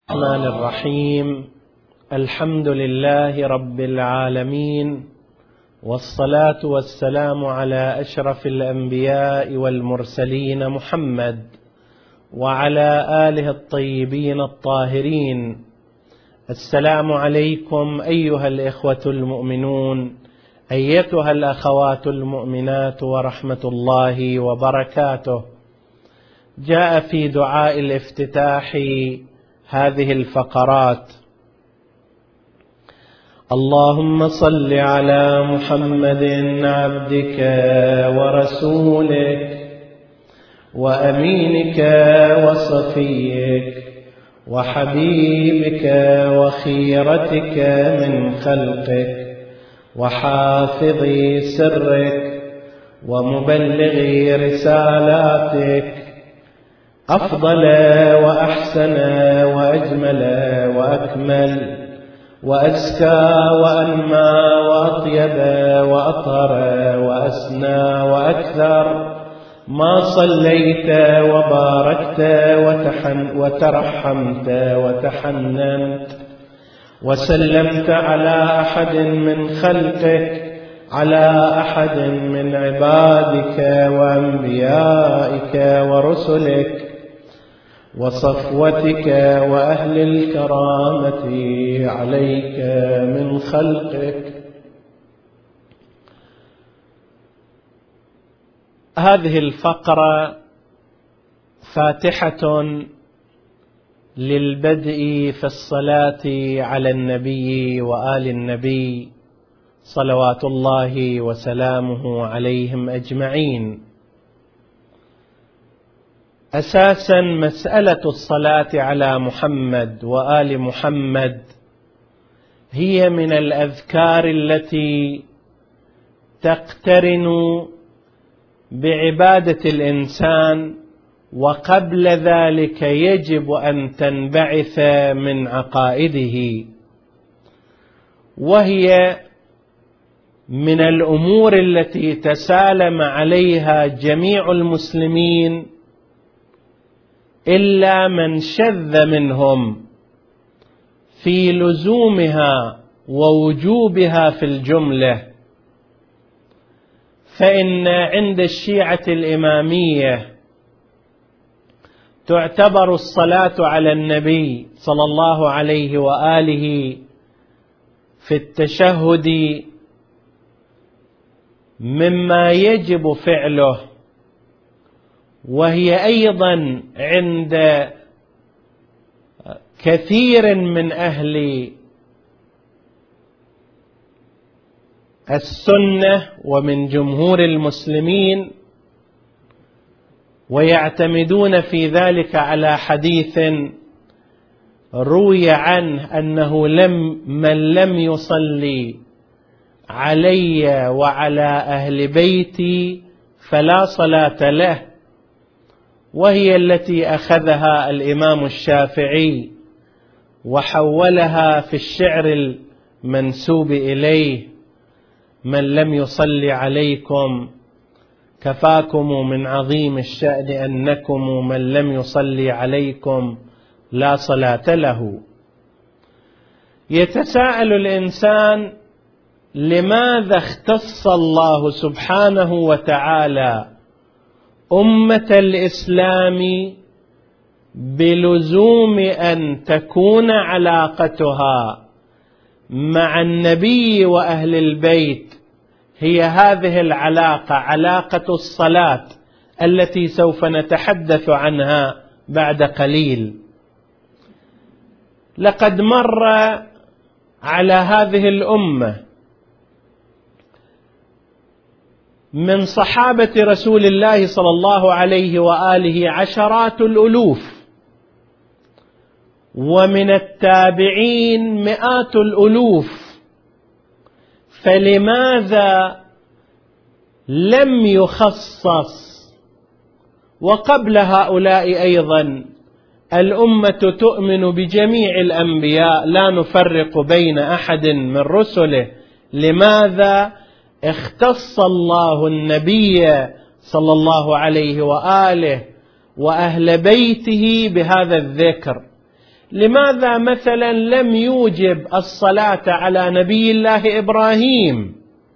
الرحمن الرحيم. الحمد لله رب العالمين، والصلاة والسلام على أشرف الأنبياء والمرسلين محمد وعلى آله الطيبين الطاهرين. السلام عليكم أيها الإخوة المؤمنون، أيتها الأخوات المؤمنات، ورحمة الله وبركاته. جاء في دعاء الافتتاح هذه الفقرات: اللهم صل على محمد عبدك ورسولك وأمينك وصفيك وحبيبك وخيرتك من خلقك وحافظ سرك ومبلغ رسالاتك، أفضل وأحسن وأجمل وأكمل وأزكى وأنمى وأطيب وأطهر وأسنى وأكثر ما صليت وباركت وترحمت وتحننت وسلمت على أحد من خلقك، على أحد من عبادك وأنبيائك ورسلك وصفوتك وأهل الكرامة عليك من خلقك. هذه الفقرة فاتحة للبدء في الصلاة على النبي وآل النبي صلوات الله وسلامه عليهم أجمعين. أساسا مسألة الصلاة على محمد وآل محمد هي من الأذكار التي تقترن بعبادة الإنسان، وقبل ذلك يجب أن تنبعث من عقائده، وهي من الأمور التي تسالم عليها جميع المسلمين إلا من شذ منهم في لزومها ووجوبها في الجملة. فإن عند الشيعة الإمامية تعتبر الصلاة على النبي صلى الله عليه وآله في التشهد مما يجب فعله، وهي أيضا عند كثير من أهل السنة ومن جمهور المسلمين، ويعتمدون في ذلك على حديث روي عنه أنه من لم يصلي علي وعلى أهل بيتي فلا صلاة له، وهي التي أخذها الإمام الشافعي وحولها في الشعر المنسوب إليه: من لم يصلي عليكم كفاكم من عظيم الشأن أنكم من لم يصلي عليكم لا صلاة له. يتساءل الإنسان: لماذا اختص الله سبحانه وتعالى أمة الإسلام بلزوم أن تكون علاقتها مع النبي وأهل البيت هي هذه العلاقة، علاقة الصلاة التي سوف نتحدث عنها بعد قليل؟ لقد مر على هذه الأمة من صحابة رسول الله صلى الله عليه وآله عشرات الألوف، ومن التابعين مئات الألوف، فلماذا لم يخصص؟ وقبل هؤلاء أيضا الأمة تؤمن بجميع الأنبياء لا نفرق بين أحد من رسله، لماذا اختص الله النبي صلى الله عليه وآله وأهل بيته بهذا الذكر؟ لماذا مثلا لم يوجب الصلاة على نبي الله إبراهيم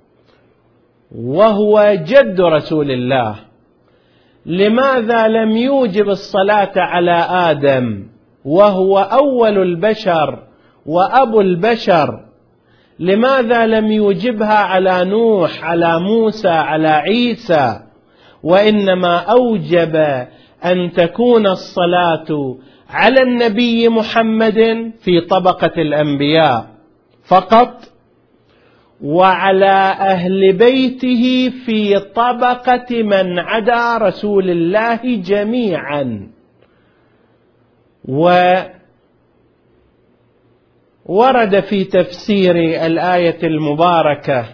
وهو جد رسول الله؟ لماذا لم يوجب الصلاة على آدم وهو أول البشر وأبو البشر؟ لماذا لم يوجبها على نوح، على موسى، على عيسى؟ وإنما أوجب أن تكون الصلاة على النبي محمد في طبقة الأنبياء فقط، وعلى أهل بيته في طبقة من عدا رسول الله جميعا. وورد في تفسير الآية المباركة: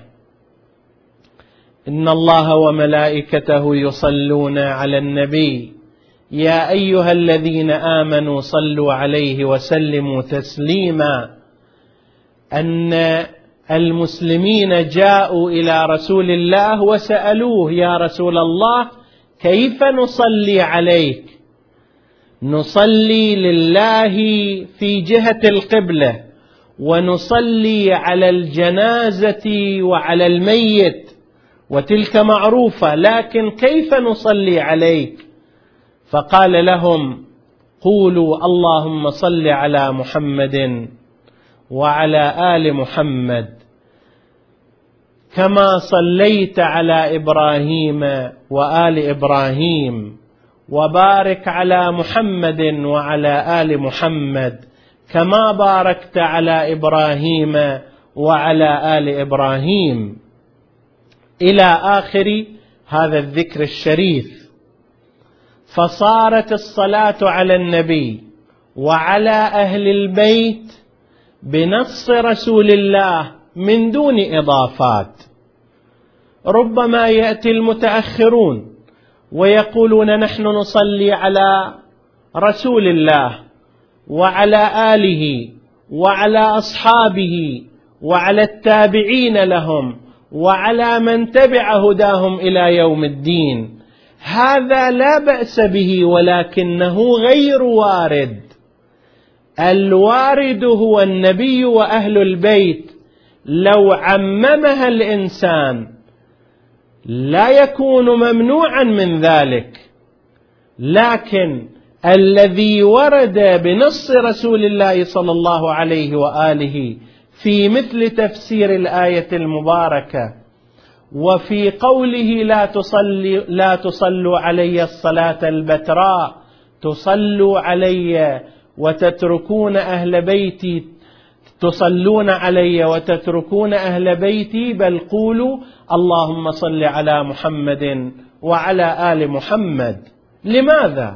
إن الله وملائكته يصلون على النبي يا أيها الذين آمنوا صلوا عليه وسلموا تسليما، أن المسلمين جاءوا إلى رسول الله وسألوه: يا رسول الله كيف نصلي عليك؟ نصلي لله في جهة القبلة، ونصلي على الجنازة وعلى الميت، وتلك معروفة، لكن كيف نصلي عليك؟ فقال لهم: قولوا اللهم صل على محمد وعلى آل محمد كما صليت على إبراهيم وآل إبراهيم، وبارك على محمد وعلى آل محمد كما باركت على إبراهيم وعلى آل إبراهيم، إلى آخر هذا الذكر الشريف. فصارت الصلاة على النبي وعلى أهل البيت بنص رسول الله من دون إضافات. ربما يأتي المتأخرون ويقولون: نحن نصلي على رسول الله وعلى آله وعلى أصحابه وعلى التابعين لهم وعلى من تبع هداهم إلى يوم الدين. هذا لا بأس به، ولكنه غير وارد. الوارد هو النبي وأهل البيت. لو عممها الإنسان لا يكون ممنوعا من ذلك، لكن الذي ورد بنص رسول الله صلى الله عليه وآله في مثل تفسير الآية المباركة، وفي قوله: لا تصلوا علي الصلاة البتراء، تصلوا علي وتتركون أهل بيتي، تصلون علي وتتركون أهل بيتي، بل قولوا اللهم صل على محمد وعلى آل محمد. لماذا؟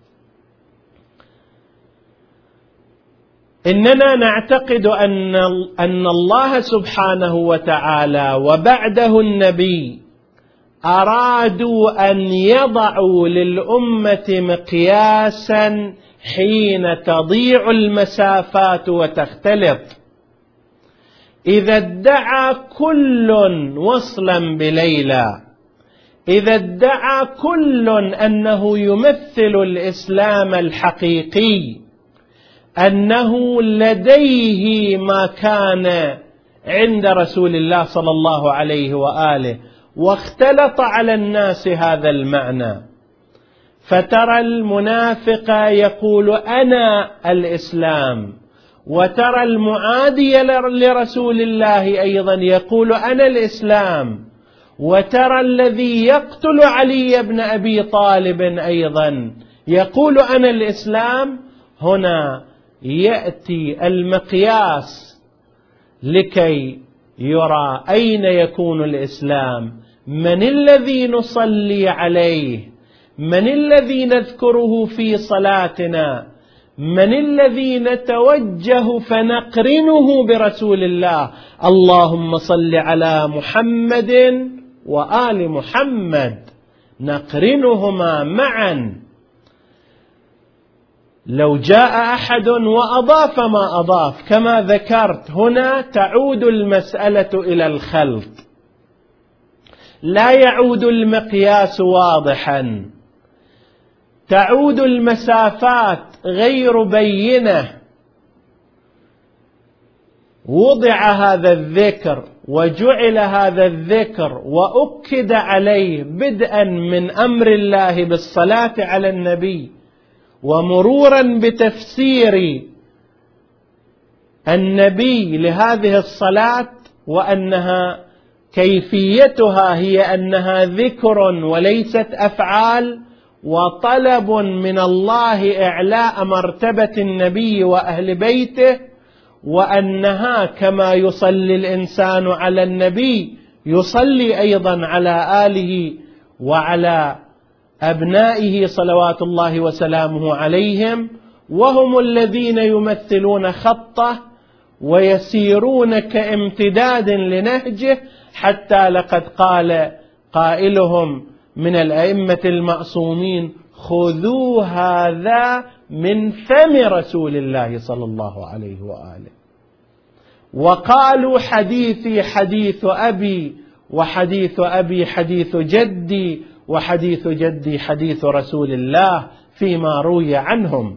إننا نعتقد أن الله سبحانه وتعالى وبعده النبي أرادوا أن يضعوا للأمة مقياسا حين تضيع المسافات وتختلط. إذا ادعى كل وصلا بليلى، إذا ادعى كل أنه يمثل الإسلام الحقيقي، أنه لديه ما كان عند رسول الله صلى الله عليه وآله، واختلط على الناس هذا المعنى، فترى المنافق يقول أنا الإسلام، وترى المعادي لرسول الله أيضا يقول أنا الإسلام، وترى الذي يقتل علي بن أبي طالب أيضا يقول أنا الإسلام. هنا يأتي المقياس لكي يرى أين يكون الإسلام، من الذي نصلي عليه، من الذي نذكره في صلاتنا، من الذي نتوجه فنقرنه برسول الله. اللهم صل على محمد وآل محمد، نقرنهما معا. لو جاء أحد وأضاف ما أضاف كما ذكرت، هنا تعود المسألة إلى الخلط، لا يعود المقياس واضحا، تعود المسافات غير بينة، وضع هذا الذكر وجعل هذا الذكر وأكد عليه بدءا من أمر الله بالصلاة على النبي ومرورا بتفسير النبي لهذه الصلاة، وأنها كيفيتها هي أنها ذكر وليست أفعال، وطلب من الله إعلاء مرتبة النبي وأهل بيته، وأنها كما يصلي الإنسان على النبي يصلي أيضا على آله وعلى أبنائه صلوات الله وسلامه عليهم، وهم الذين يمثلون خطه ويسيرون كامتداد لنهجه، حتى لقد قال قائلهم من الأئمة المعصومين: خذوا هذا من فم رسول الله صلى الله عليه وآله. وقالوا حديثي حديث أبي، وحديث أبي حديث جدي، وحديث جدي حديث رسول الله فيما روي عنهم.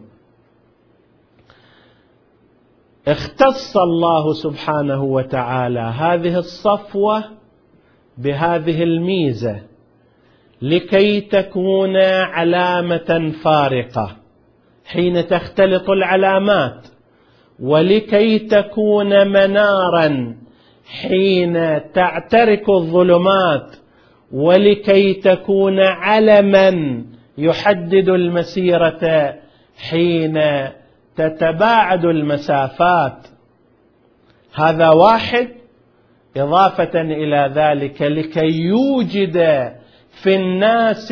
اختص الله سبحانه وتعالى هذه الصفوة بهذه الميزة لكي تكون علامة فارقة حين تختلط العلامات، ولكي تكون منارا حين تعترك الظلمات، ولكي تكون علما يحدد المسيرة حين تتباعد المسافات. هذا واحد. إضافة إلى ذلك لكي يوجد في الناس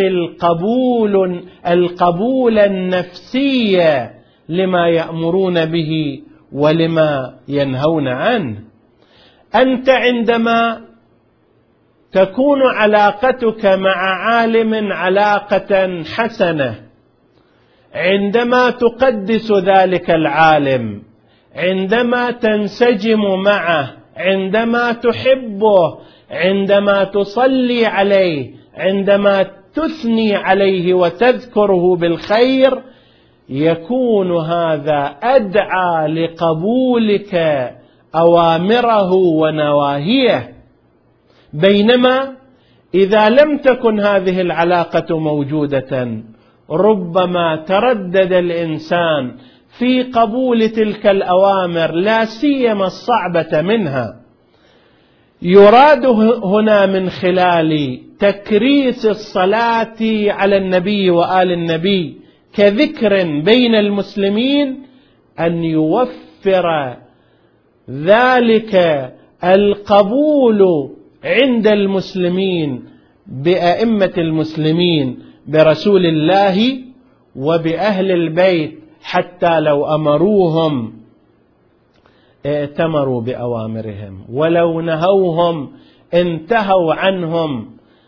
القبول النفسي لما يأمرون به ولما ينهون عنه. أنت عندما تكون علاقتك مع عالم علاقة حسنة، عندما تقدس ذلك العالم، عندما تنسجم معه، عندما تحبه، عندما تصلي عليه، عندما تثني عليه وتذكره بالخير، يكون هذا أدعى لقبولك أوامره ونواهيه. بينما إذا لم تكن هذه العلاقة موجودة، ربما تردد الإنسان في قبول تلك الأوامر، لا سيما الصعبة منها. يراد هنا من خلال تكريس الصلاة على النبي وآل النبي كذكر بين المسلمين أن يوفر ذلك القبول عند المسلمين بأئمة المسلمين برسول الله وبأهل البيت، حتى لو أمروهم ائتمروا بأوامرهم، ولو نهوهم انتهوا عنهم.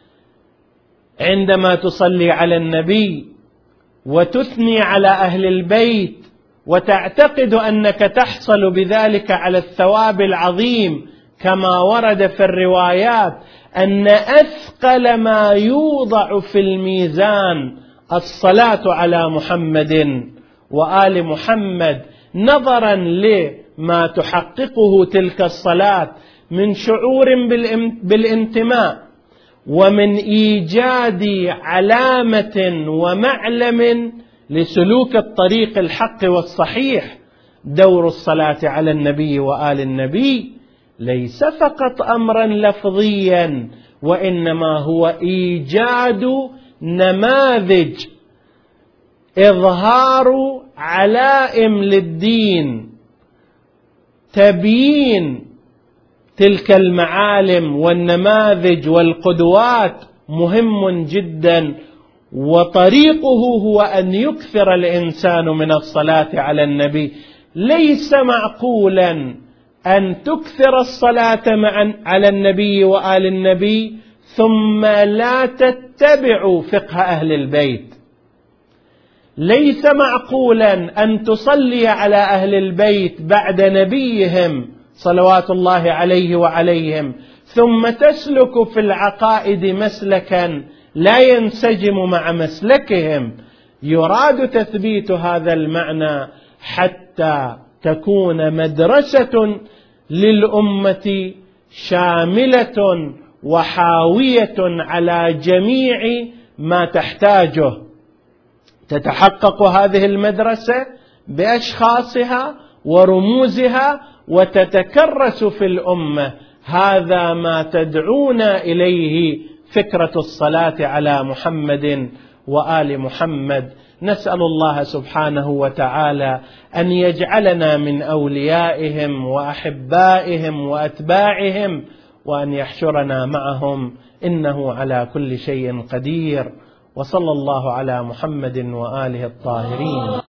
عندما تصلي على النبي وتثني على أهل البيت وتعتقد أنك تحصل بذلك على الثواب العظيم، كما ورد في الروايات أن أثقل ما يوضع في الميزان الصلاة على محمد وآل محمد، نظرا لما تحققه تلك الصلاة من شعور بالانتماء، ومن إيجاد علامة ومعلم لسلوك الطريق الحق والصحيح. دور الصلاة على النبي وآل النبي ليس فقط أمرا لفظيا، وإنما هو إيجاد نماذج، إظهار علائم للدين، تبيين تلك المعالم والنماذج والقدوات مهم جدا. وطريقه هو أن يكثر الإنسان من الصلاة على النبي. ليس معقولا أن تكثر الصلاة على النبي وآل النبي ثم لا تتبع فقه أهل البيت. ليس معقولا أن تصلي على أهل البيت بعد نبيهم صلوات الله عليه وعليهم ثم تسلك في العقائد مسلكا لا ينسجم مع مسلكهم. يراد تثبيت هذا المعنى حتى تكون مدرسة للأمة شاملة وحاوية على جميع ما تحتاجه. تتحقق هذه المدرسة بأشخاصها ورموزها وتتكرس في الأمة. هذا ما تدعونا إليه فكرة الصلاة على محمد وآل محمد. نسأل الله سبحانه وتعالى أن يجعلنا من أوليائهم وأحبائهم وأتباعهم، وأن يحشرنا معهم، إنه على كل شيء قدير. وصلى الله على محمد وآله الطاهرين.